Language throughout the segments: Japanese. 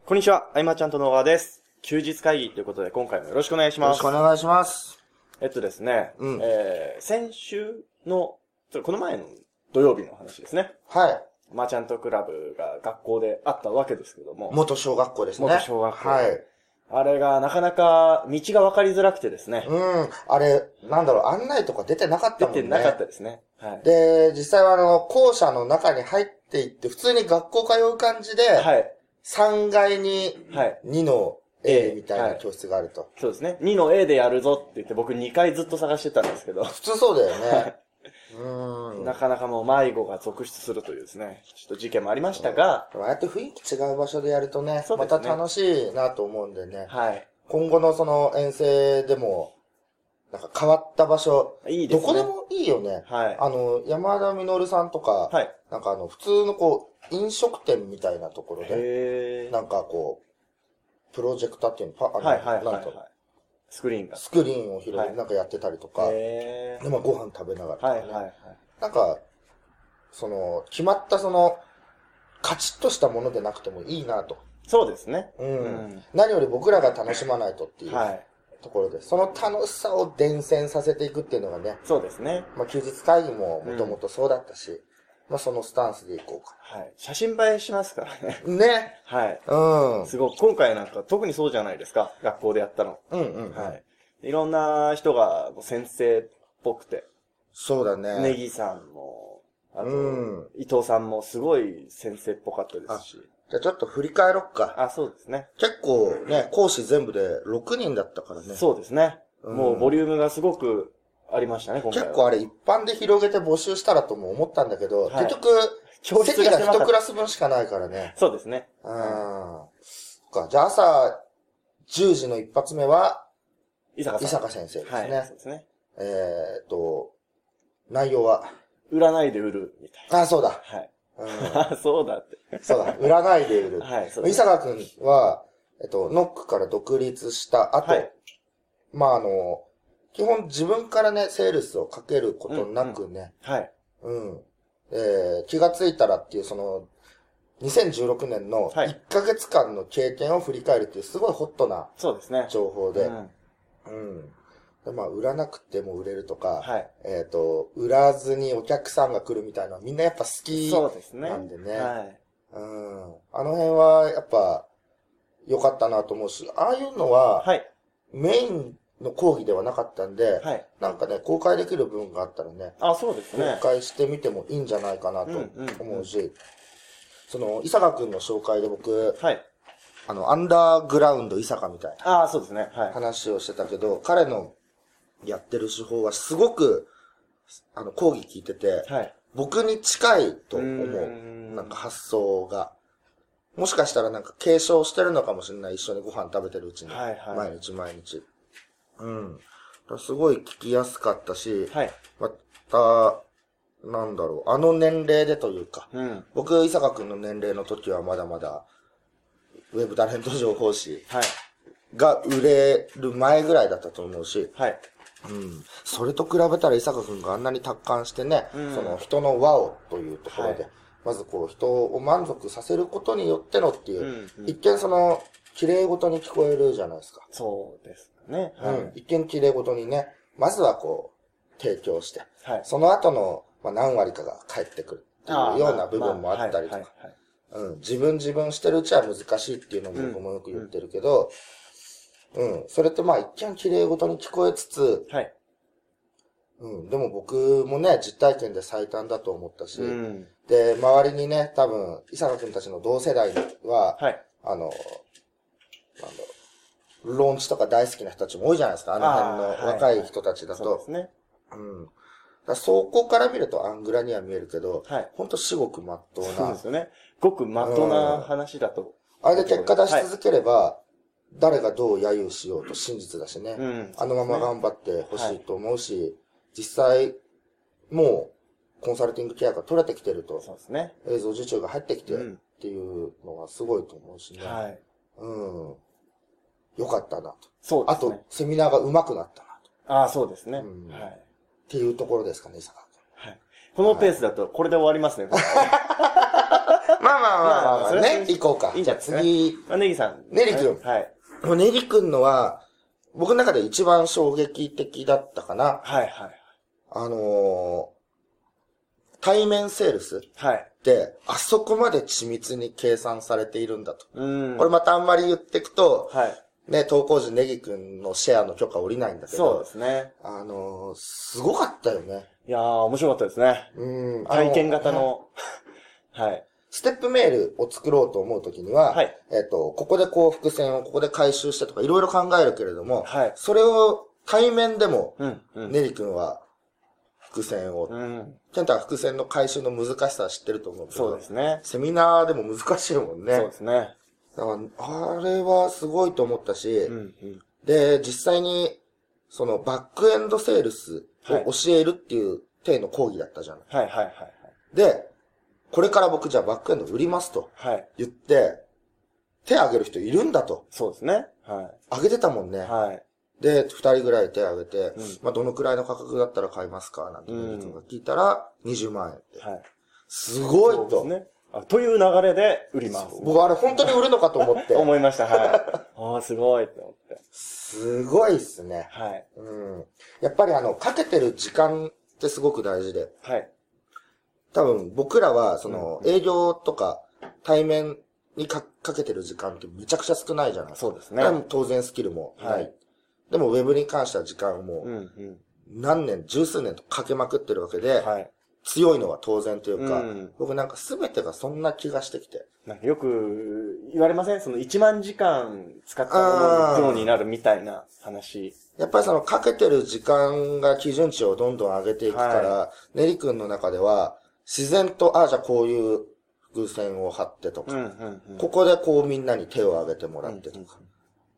こんにちは、あいまちゃんと野川です。休日会議ということで今回もよろしくお願いします。 よろしくお願いします。 ですね、 うん先週の、この前の土曜日の話ですね。 はい。 マーチャントクラブが学校であったわけですけども。 元小学校ですね。 元小学校。 はい。 あれがなかなか道が分かりづらくてですね。 あれ、案内とか出てなかったもんね。 出てなかったですね。はい。 で、実際は校舎の中に入っていって、普通に学校通う感じで、 はい。 3階に2の A みたいな教室があると。 そうですね。2の A でやるぞって言って僕2回ずっと探してたんですけど。 普通そうだよね。 なかなかもう迷子が続出するというですね、ちょっと事件もありましたが。 ああやって雰囲気違う場所でやるとね、また楽しいなと思うんでね。 はい。 今後のその遠征でも、なんか変わった場所。 いいですね。 どこでもいいよね。 はい。 山田実さんとか、 はい。 なんか普通の飲食店みたいなところで、なんかプロジェクターっていうの、なんかスクリーンが。 スクリーンを広げてなんかやってたりとか、で、ご飯食べながらとかね。なんか、決まったカチッとしたものでなくてもいいなと。 そうですね。 何より僕らが楽しまないとっていう。ところで、その楽しさを伝染させていくっていうのがね。 そうですね。 休日会議ももともとそうだったし、そのスタンスでいこうか。 はい。写真映えしますからね。 ね。 はい。すごく、今回なんか特にそうじゃないですか。学校でやったの。はい。いろんな人が先生っぽくて。 そうだね。 ネギさんも、あと、伊藤さんもすごい先生っぽかったですし。 じゃあちょっと振り返ろっか。 あ、そうですね。 結構ね、講師全部で6人だったからね。 そうですね。もうボリュームがすごくありましたね、今回は。 結構あれ一般で広げて募集したらとも思ったんだけど、結局、席が1クラス分しかないからね。 そうですね。 じゃあ朝10時の一発目は、伊坂先生ですね。 はい、そうですね。 内容は占いで売るみたいな。 あ、そうだ。 はい。そうだって。 そうだ。占いで売る。 はい、そうです。 伊坂くんは、ノックから独立した後、基本自分からね、セールスをかけることなくね、気がついたらっていう2016年の1ヶ月間の経験を振り返るっていうすごいホットな情報で、売らなくても売れるとか、売らずにお客さんが来るみたいなのはみんなやっぱ好きなんでね。あの辺はやっぱ良かったなと思うし、ああいうのは、メインの講義ではなかったんで、なんかね、公開できる部分があったらね、 そうですね。 公開してみてもいいんじゃないかなと思うし、伊坂くんの紹介で僕、アンダーグラウンド伊坂みたいなそうですね。 話をしてたけど、彼のやってる手法はすごく、講義聞いてて、僕に近いと思う。なんか発想が。もしかしたらなんか継承してるのかもしれない。一緒にご飯食べてるうちに。毎日。すごい聞きやすかったし、また、あの年齢でというか、僕、伊坂くんの年齢の時はまだまだ、ウェブタレント情報誌が売れる前ぐらいだったと思うし、それと比べたら伊坂くんがあんなに達観してね、人の輪をというところで、まず人を満足させることによってのっていう、一見綺麗事に聞こえるじゃないですか。 そうですね。 一見綺麗事にね、まずは提供して、その後の何割かが返ってくるっていうような部分もあったりとか、自分してるうちは難しいっていうのも僕もよく言ってるけど、それって一見綺麗事に聞こえつつ、でも僕もね、実体験で最短だと思ったし、で、周りにね、多分、伊坂くんたちの同世代は、ローンチとか大好きな人たちも多いじゃないですか、あの辺の若い人たちだと。 そうですね。 そこから見るとアングラには見えるけど、ほんと至極真っ当な。 そうですよね。ごく真っ当な話だと。 あれで結果出し続ければ、誰がどう揶揄しようと真実だしね。あのまま頑張ってほしいと思うし、実際、もう、コンサルティング契約が取れてきてると。 そうですね。 映像受注が入ってきてっていうのはすごいと思うしね。よかったなと。 そうですね。 あと、セミナーが上手くなったなと。そうですね。 っていうところですかね、伊坂君。 このペースだと、これで終わりますね。 まあね、行こうか。 いいんじゃないですかね。 次。 ネギさん。 ネリ君。 はい。 もうネリ君のは、僕の中で一番衝撃的だったかな。 はいはい。 対面セールス。 はい。 で、あそこまで緻密に計算されているんだと。 これまたあんまり言っていくと、 はい。 ね、投稿時ネギ君のシェアの許可下りないんだけど。 そうですね。 すごかったよね。 いやー、面白かったですね。体験型の、はい。 ステップメールを作ろうと思うときには、はい。ここでこう伏線をここで回収してとかいろいろ考えるけれども、はい。それを対面でも、ネリ君は伏線を、ケンタは伏線の回収の難しさは知ってると思うけど、 そうですね。 セミナーでも難しいもんね。 そうですね。 だから、あれはすごいと思ったし、で、実際に、そのバックエンドセールスを教えるっていう体の講義だったじゃん。 はいはいはい。 で、これから僕じゃあバックエンド売りますと。言って、手挙げる人いるんだと。 そうですね。はい。 挙げてたもんね。はい。で、二人ぐらい手挙げて、まあどのくらいの価格だったら買いますかなんて君が聞いたら、20万円って。はい。すごいと。そうですね。 という流れで売ります。 僕あれ本当に売るのかと思って。 思いました、はい。ああ、すごいって思って。 すごいっすね。はい。やっぱりかけてる時間ってすごく大事で。はい。多分僕らは、営業とか対面にかけてる時間ってめちゃくちゃ少ないじゃないですか。そうですね。当然スキルもない。はい、でもウェブに関しては時間をもう、何年、十数年とかけまくってるわけで、はい、強いのは当然というか、僕なんか全てがそんな気がしてきて。 なんかよく言われません1万時間使ったものにプロになるみたいな話。 やっぱりかけてる時間が基準値をどんどん上げていくから、はい、ネリ君の中では、自然と、じゃあこういう伏線を張ってとか、ここでこうみんなに手を挙げてもらってとか、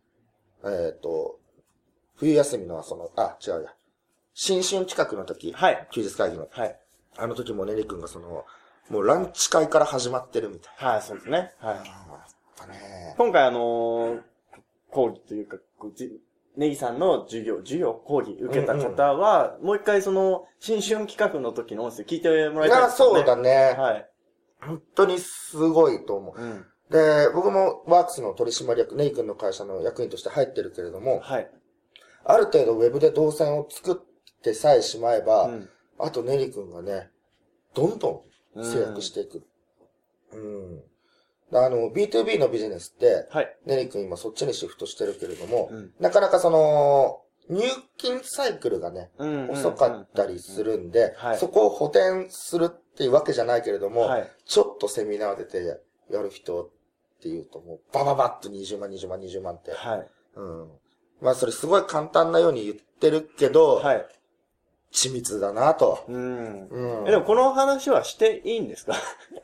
冬休みの違うや。新春企画の時、はい、休日会議の、はい、あの時もネリ君がもうランチ会から始まってるみたいな。 はい、そうですね。はい。今回講義というか、ネギさんの授業、講義受けた方は、もう一回新春企画の時の音声聞いてもらいたいですね。 そうだね。はい。本当にすごいと思う。で、僕もワークスの取締役、ネギ君の会社の役員として入ってるけれども、はい。ある程度ウェブで動線を作ってさえしまえば、あとネギ君がね、どんどん制約していく。B2B のビジネスって、はい。ネリ君今そっちにシフトしてるけれども、なかなか入金サイクルがね、遅かったりするんで、そこを補填するっていうわけじゃないけれども、はい、ちょっとセミナー出てやる人っていうともう、バババッと20万って。はい。まあそれすごい簡単なように言ってるけど、はい。緻密だなと。でもこの話はしていいんですか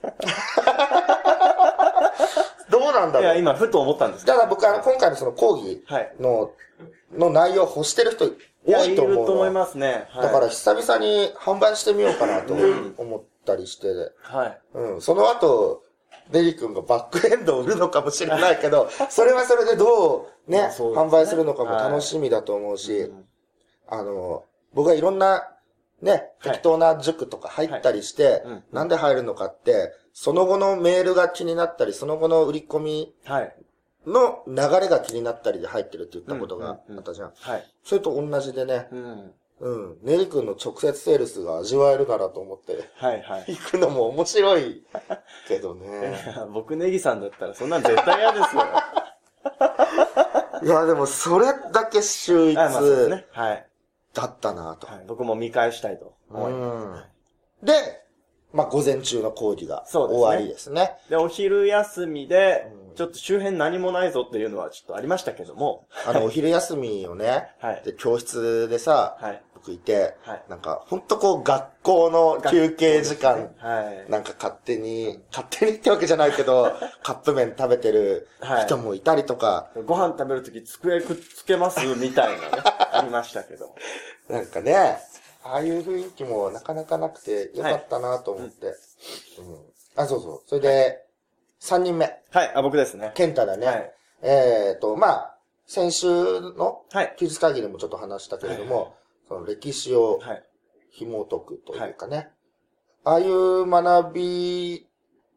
どうなんだろう。いや、 今、ふと思ったんですただ僕今回の講義の内容を欲してる人多いと思う。 いると思いますね。 だから久々に販売してみようかなと思ったりして。はい。その後、ネリ君がバックエンドを売るのかもしれないけど、それはそれでどうね、販売するのかも楽しみだと思うし、僕はいろんなね、適当な塾とか入ったりして、なんで入るのかって、その後のメールが気になったり、その後の売り込みの流れが気になったりで入ってるって言ったことがあったじゃん。それと同じでね、ネリ君の直接セールスが味わえるならと思って、行くのも面白いけどね。 僕ネギさんだったらそんなん絶対嫌ですよ。 いや、でもそれだけ秀逸。だったなと、 僕も見返したいと思います。 で、まあ、午前中の講義が終わりですね。 で、お昼休みで、ちょっと周辺何もないぞっていうのはちょっとありましたけども。 お昼休みをね、で、教室でさ、僕いて、なんか、ほんと学校の休憩時間、なんか勝手にってわけじゃないけど、カップ麺食べてる人もいたりとか。 ご飯食べるとき机くっつけますみたいなね、ありましたけど。 なんかね、ああいう雰囲気もなかなかなくてよかったなと思って。そうそう。それで、3人目。 はい、僕ですね。 ケンタだね。まあ、先週の休日会議でもちょっと話したけれども、その歴史を紐解くというかね。ああいう学び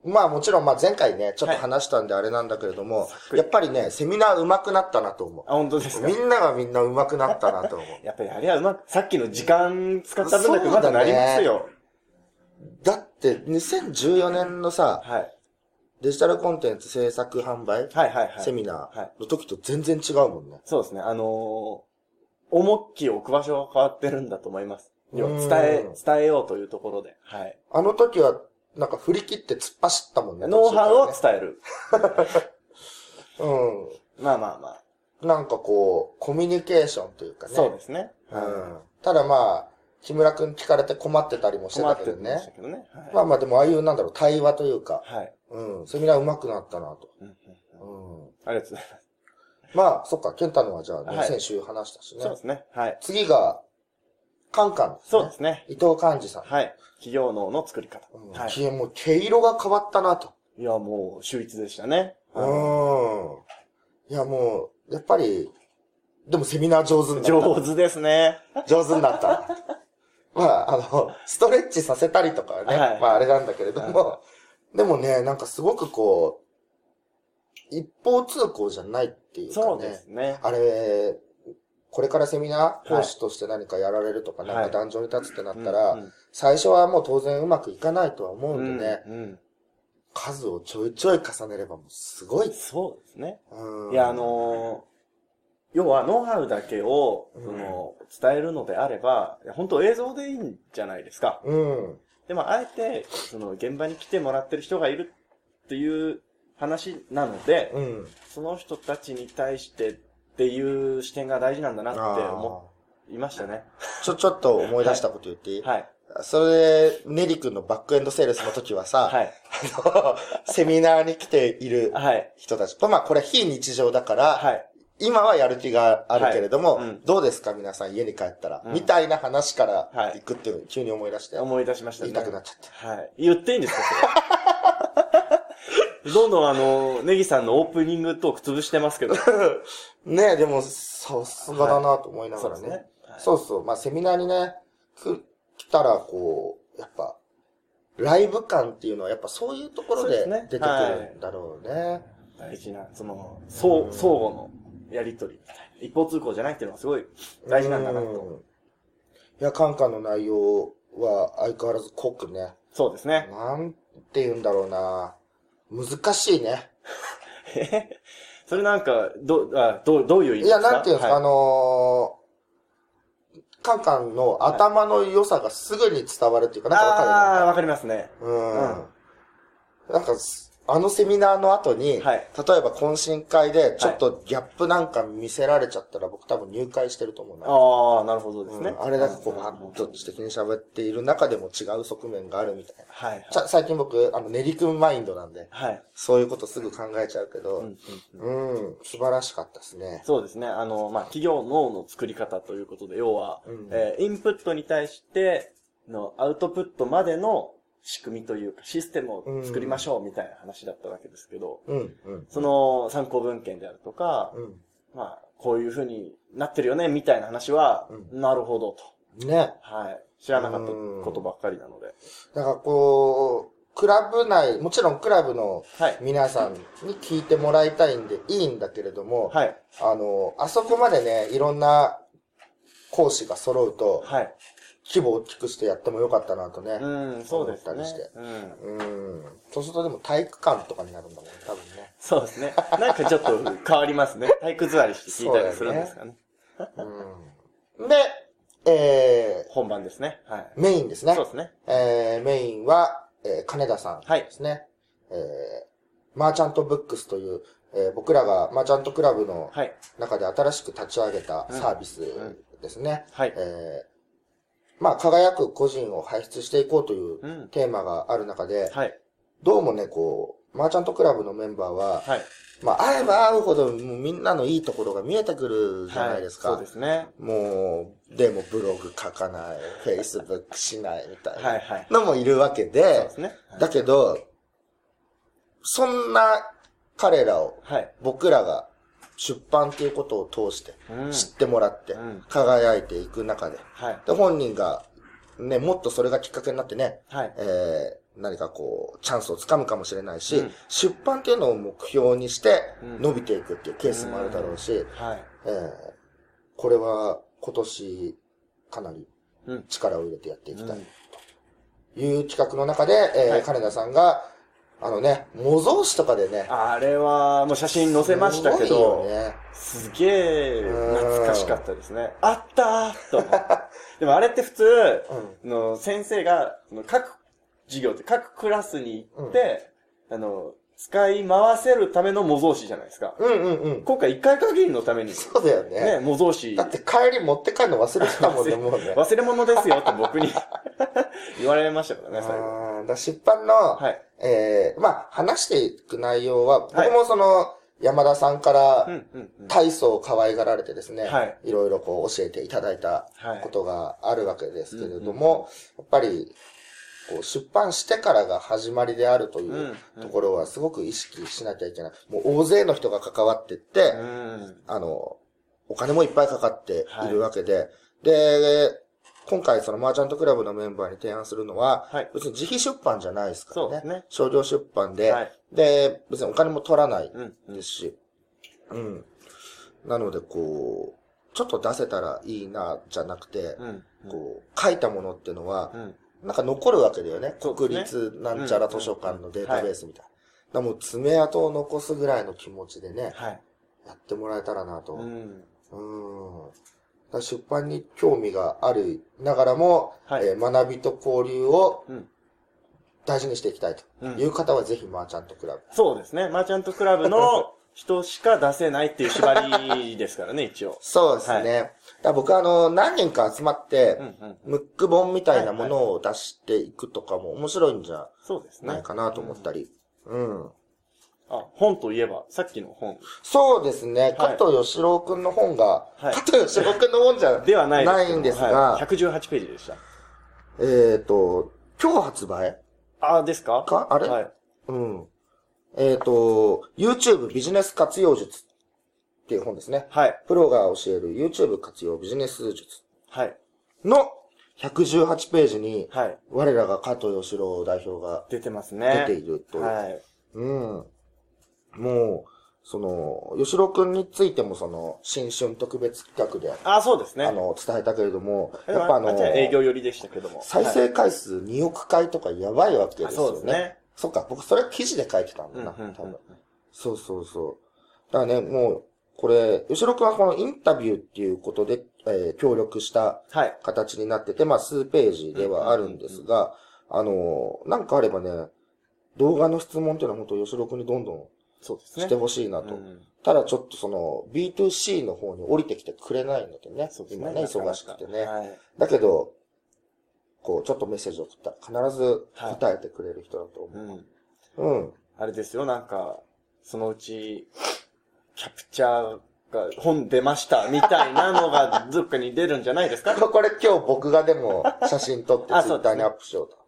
まあもちろん前回ね、ちょっと話したんであれなんだけれども、やっぱりね、セミナー上手くなったなと思う。 あ、本当ですか？ みんながみんな上手くなったなと思う。 やっぱりあれはさっきの時間使った分だけ上手くなりますよ。 だって2014年のさ、はい、デジタルコンテンツ制作販売、セミナーの時と全然違うもんね。 そうですね。重きを置く場所が変わってるんだと思います。伝えようというところで。はい。 あの時は、なんか振り切って突っ走ったもんね。 ノウハウを伝える。 うん。 まあまあまあ。 なんかこう、コミュニケーションというかね。 そうですね。 うん。ただまあ、木村くん聞かれて困ってたりもしてたけどね。困ってましたけどね。はい、まあまあでもああいう対話というか。はい。うん。セミナー上手くなったなと。うん。 ありがとうございます。 まあ、そっか、ケンタのはじゃあ、先週話したしね。 そうですね。はい。 次が、カンカンですね。 そうですね。 伊藤寛治さん。 はい。企業脳の作り方。 はい。もう毛色が変わったなと。 いや、もう、秀逸でしたね。 いや、もう、やっぱり、でもセミナー上手になった。 上手ですね。 上手になった。まあ、ストレッチさせたりとかね。はい、まあ、あれなんだけれども。でもね、なんかすごくこう、一方通行じゃないっていうかね。 そうですね。 あれ、これからセミナー講師として何かやられるとか、なんか壇上に立つってなったら、最初はもう当然うまくいかないとは思うんでね、数をちょいちょい重ねればもうすごい。 そうですね。いや、要はノウハウだけを、伝えるのであれば、本当映像でいいんじゃないですか。でも、あえて、現場に来てもらってる人がいるっていう話なので、その人たちに対してっていう視点が大事なんだなって思いましたね。 ちょっと思い出したこと言っていい？はい。それで、ネリ君のバックエンドセールスの時はさ、はい、セミナーに来ている人たち、まあこれ非日常だから、はい、今はやる気があるけれども、どうですか皆さん家に帰ったら、みたいな話から行くっていうのを急に思い出して。 思い出しましたね。 言いたくなっちゃって。 はい。言っていいんですかどんどんネギさんのオープニングトーク潰してますけど。 ねえ、でも、さすがだなと思いながらね。そうそう。まあ、セミナーにね、来たら、こう、やっぱ、ライブ感っていうのは、やっぱそういうところで出てくるんだろうね。 大事な、相互のやりとりみたいな。一方通行じゃないっていうのはすごい大事なんだなと。 いや、カンカンの内容は相変わらず濃くね。 そうですね。 なんて言うんだろうな。難しいね。 それなんか、どういう意味ですか？ いや、なんていうんですか、カンカンの頭の良さがすぐに伝わるっていうか、なんかわかる？ わかりますね。 なんか、セミナーの後に、例えば懇親会でちょっとギャップなんか見せられちゃったら僕多分入会してると思うな。なるほどですね。 あれだけこう、バッと知的に喋っている中でも違う側面があるみたいな。最近僕、練り組むマインドなんで、そういうことすぐ考えちゃうけど、素晴らしかったですね。 そうですね。企業脳の作り方ということで、要は、インプットに対してのアウトプットまでの仕組みというか、システムを作りましょうみたいな話だったわけですけど、その参考文献であるとか、まあ、こういう風になってるよね、みたいな話は、なるほどと。 ね。 はい。知らなかったことばっかりなので。 だからこう、クラブ内、もちろんクラブの皆さんに聞いてもらいたいんでいいんだけれども、はい、あそこまでね、いろんな講師が揃うと、はい、規模を大きくしてやってもよかったなとね。 そうですね。 思ったりして。そうするとでも体育館とかになるんだもんね、多分ね。 そうですね。なんかちょっと変わりますね。体育座りして聞いたりするんですかね。 で、 本番ですね。はい。 メインですね。 そうですね。 メインは、金田さんですね。はい、マーチャントブックスという、僕らがマーチャントクラブの中で新しく立ち上げたサービスですね。はい。まあ、輝く個人を輩出していこうというテーマがある中で、はい、どうもね、こう、マーチャントクラブのメンバーは、はい、まあ、会えば会うほど、もうみんなのいいところが見えてくるじゃないですか。 はい、そうですね。 もう、でもブログ書かない、Facebook しないみたいなのもいるわけで、そうですね。だけど、そんな彼らを、僕らが出版っていうことを通して知ってもらって、輝いていく中で、で、本人がね、もっとそれがきっかけになってね、 何かこう、チャンスをつかむかもしれないし、出版っていうのを目標にして伸びていくっていうケースもあるだろうし、これは今年かなり力を入れてやっていきたいという企画の中で、金田さんが、模造紙とかでね。 あれは、もう写真載せましたけど、すげえ懐かしかったですね。あったーと。でもあれって普通、先生が、各授業って各クラスに行って、使い回せるための模造紙じゃないですか。今回一回限りのために。 そうだよね。 模造紙。 だって帰り持って帰るの忘れてたもんね、もうね。 忘れ物ですよって僕に言われましたからね、最後。 出版の、話していく内容は、僕も山田さんから体操を可愛がられてですね、いろいろこう教えていただいたことがあるわけですけれども、やっぱり、こう出版してからが始まりであるというところはすごく意識しなきゃいけない。もう大勢の人が関わってって、お金もいっぱいかかっているわけで、で、今回そのマーチャントクラブのメンバーに提案するのは、別に自費出版じゃないですからね。商業出版で、で、別にお金も取らないですし、なのでこう、ちょっと出せたらいいな、じゃなくて、こう、書いたものっていうのは、なんか残るわけだよね。国立なんちゃら図書館のデータベースみたいな。だもう爪痕を残すぐらいの気持ちでね、やってもらえたらなと。出版に興味があるながらも、学びと交流を大事にしていきたいという方はぜひマーチャントクラブ。 そうですね。マーチャントクラブの人しか出せないっていう縛りですからね、一応。 そうですね。だ僕何人か集まって、ムック本みたいなものを出していくとかも面白いんじゃないかなと思ったり。 本といえば、さっきの本。 そうですね。加藤義郎くんの本が、加藤義郎くんの本じゃではないんですが、 118ページでした。 今日発売ですかあれYouTube ビジネス活用術っていう本ですね。プロが教える YouTube 活用ビジネス術。の118ページに、我らが加藤義郎代表が出てますね。 出ていると。もう、吉郎くんについても新春特別企画で。 そうですね。 伝えたけれども、 やっぱ営業寄りでしたけども。 再生回数2億回とかやばいわけですよね。そうですね。そっか、僕それ記事で書いてたんだな、多分。そうそうそう。だからね、もう、これ、吉郎くんはこのインタビューっていうことで、協力した形になってて、数ページではあるんですが、なんかあればね、動画の質問っていうのは本当吉郎くんにどんどんしてほしいなと。ただちょっとB2C の方に降りてきてくれないのでね。今ね、忙しくてね。だけど、こう、ちょっとメッセージを送ったら必ず答えてくれる人だと思う。 あれですよ、なんか、そのうち、キャプチャーが本出ましたみたいなのがどっかに出るんじゃないですかこれ今日僕がでも写真撮ってツイッターにアップしようと。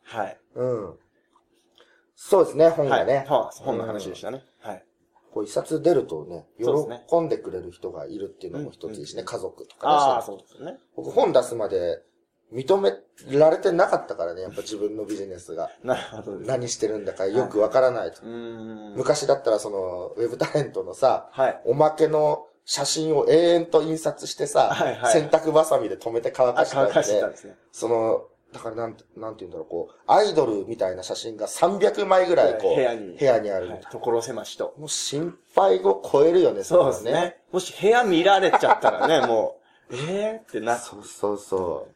そうですね、本がね。 本の話でしたね。 こう一冊出るとね、喜んでくれる人がいるっていうのも一ついいしね、家族とかね。そうですね。 僕本出すまで認められてなかったからね、やっぱ自分のビジネスが。 なるほど。 何してるんだかよくわからないと。昔だったらウェブタレントのさ、おまけの写真を永遠と印刷してさ、洗濯バサミで止めて乾かしてたんで、だからなんて言うんだろう、こう、アイドルみたいな写真が300枚ぐらいこう、部屋にある。 所狭しと。 もう心配を超えるよね、 そうですね。もし部屋見られちゃったらね、もう、ってな。 そうそう。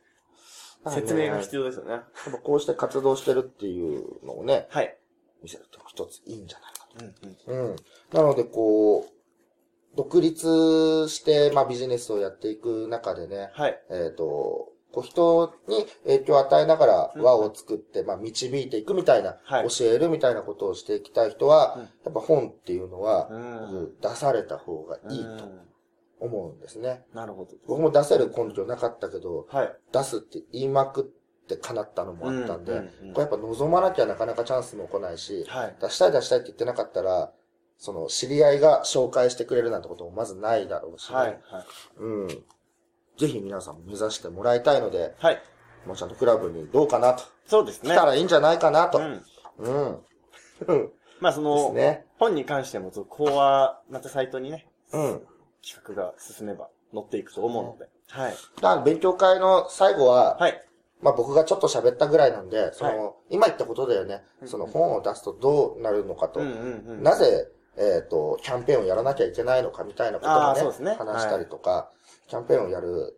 説明が必要ですよね。 こうして活動してるっていうのをね、見せると一ついいんじゃないかと。なのでこう、独立して、ビジネスをやっていく中でね、人に影響を与えながら輪を作って、導いていくみたいな、教えるみたいなことをしていきたい人は、やっぱ本っていうのは、出された方がいいと思うんですね。 なるほど。 僕も出せる根拠なかったけど、出すって言いまくって叶ったのもあったんで、これやっぱ望まなきゃなかなかチャンスも来ないし、出したいって言ってなかったら、知り合いが紹介してくれるなんてこともまずないだろうしね。ぜひ皆さんも目指してもらいたいので、もうちゃんとクラブにどうかなと。 そうですね。 来たらいいんじゃないかなとまあ本に関しても、こうは、またサイトにね、企画が進めば載っていくと思うので。はい。 だから勉強会の最後は、はい。まあ僕がちょっと喋ったぐらいなんで、今言ったことだよね。本を出すとどうなるのかと。なぜ、キャンペーンをやらなきゃいけないのかみたいなことをね、話したりとか、キャンペーンをやる、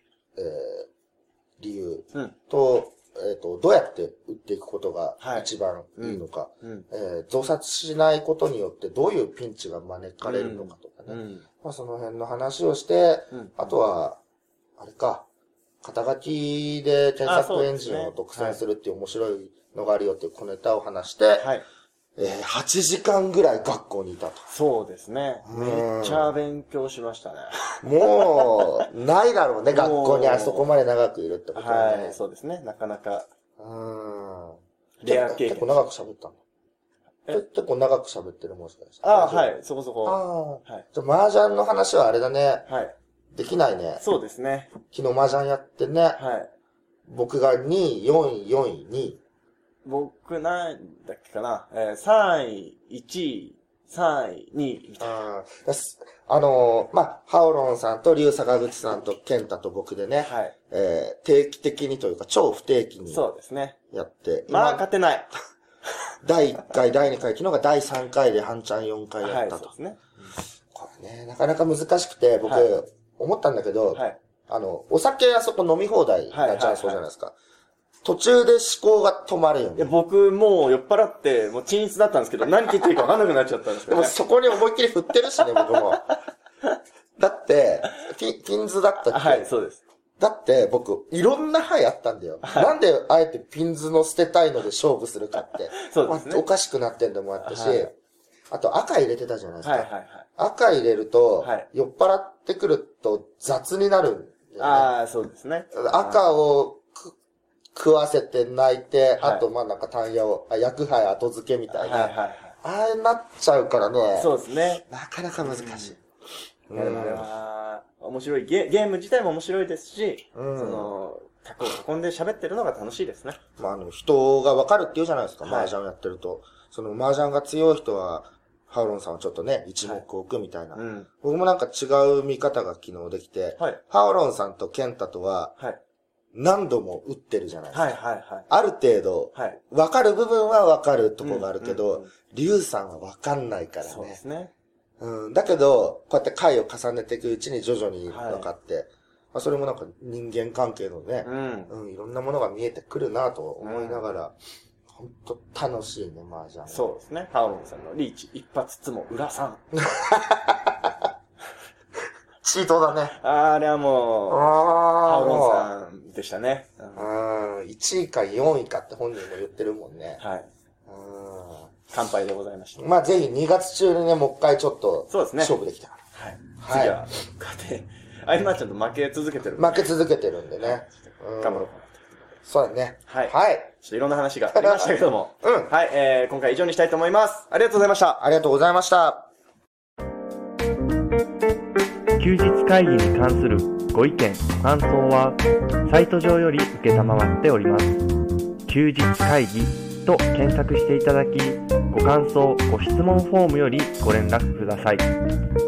理由と、どうやって売っていくことが一番いいのか、増刷しないことによってどういうピンチが招かれるのかとかね。まあその辺の話をして、あとは、あれか、肩書きで検索エンジンを独占するっていう面白いのがあるよっていう小ネタを話して、8時間ぐらい学校にいたと。 そうですね。めっちゃ勉強しましたね。 もう、ないだろうね、学校にあそこまで長くいるってことはね。 はい、そうですね。なかなか。レア経験。 結構長く喋ったの。結構長く喋ってるもしかして。 はい、そこそこ。 はい。じゃあ、麻雀の話はあれだね。はい。できないね。 そうですね。 昨日麻雀やってね。はい。僕が2位、4位、4位、2位。 僕何だっけかな。3位、1位、3位、2位みたいな。 まあ、ハオロンさんとリュウ坂口さんとケンタと僕でね。はい。定期的にというか超不定期に。 そうですね。 やって。 まあ、勝てない。 第1回、第2回、昨日が第3回で半チャン4回やったと。はい、そうですね。これね、なかなか難しくて、僕、思ったんだけど、はい、お酒あそこ飲み放題なチャンスじゃないですか。途中で思考が止まるよね。 いや、僕もう酔っ払って、もう鎮痛だったんですけど、何聞いていいか分かんなくなっちゃったんですけど、 ね。でもそこに思いっきり振ってるしね、僕も。だって、ピンズだったっけ？ はい、そうです。 だって、僕、いろんな牌あったんだよ。はい、なんで、あえてピンズの捨てたいので勝負するかって。そうですね。おかしくなってんのもあったし、はい、あと赤入れてたじゃないですか。はいはいはい、赤入れると、はい、酔っ払ってくると雑になるんだよね。 ああ、そうですね。 赤を食わせて泣いて、はい、あとまあなんか単野を、薬杯後付けみたいな。はいはいはい。ああなっちゃうからね。 そうですね。 なかなか難しい。 あれは、面白い。ゲーム自体も面白いですし、卓を囲んで喋ってるのが楽しいですね。 まあ人がわかるって言うじゃないですか、麻雀やってると。麻雀が強い人は、ハウロンさんはちょっとね、一目置くみたいな。僕もなんか違う見方が昨日できて、ハウロンさんとケンタとは、何度も打ってるじゃないですか。はいはいはい。ある程度、わかる部分はわかるとこがあるけど、リュウさんはわかんないからね。 そうですね。 だけど、こうやって回を重ねていくうちに徐々に分かって、まあそれもなんか人間関係のね、いろんなものが見えてくるなと思いながら、ほんと楽しいね、麻雀。 そうですね。ハウロンさんのリーチ一発つも裏3。 チートだね。 あれはもう、ハウロンさんでしたね。 1位か4位かって本人も言ってるもんね。はい。 乾杯でございました。 まあぜひ2月中にね、もう一回ちょっと、そうですね。勝負できたから。 はい。次は、今ちゃんと負け続けてる。 負け続けてるんでね。 頑張ろうかな。 そうだね。 はい。はい。ちょっといろんな話がありましたけども。はい。今回以上にしたいと思います。ありがとうございました。 ありがとうございました。 休日会議に関するご意見、ご感想は、サイト上より受けたまわっております。休日会議と検索していただき、ご感想、ご質問フォームよりご連絡ください。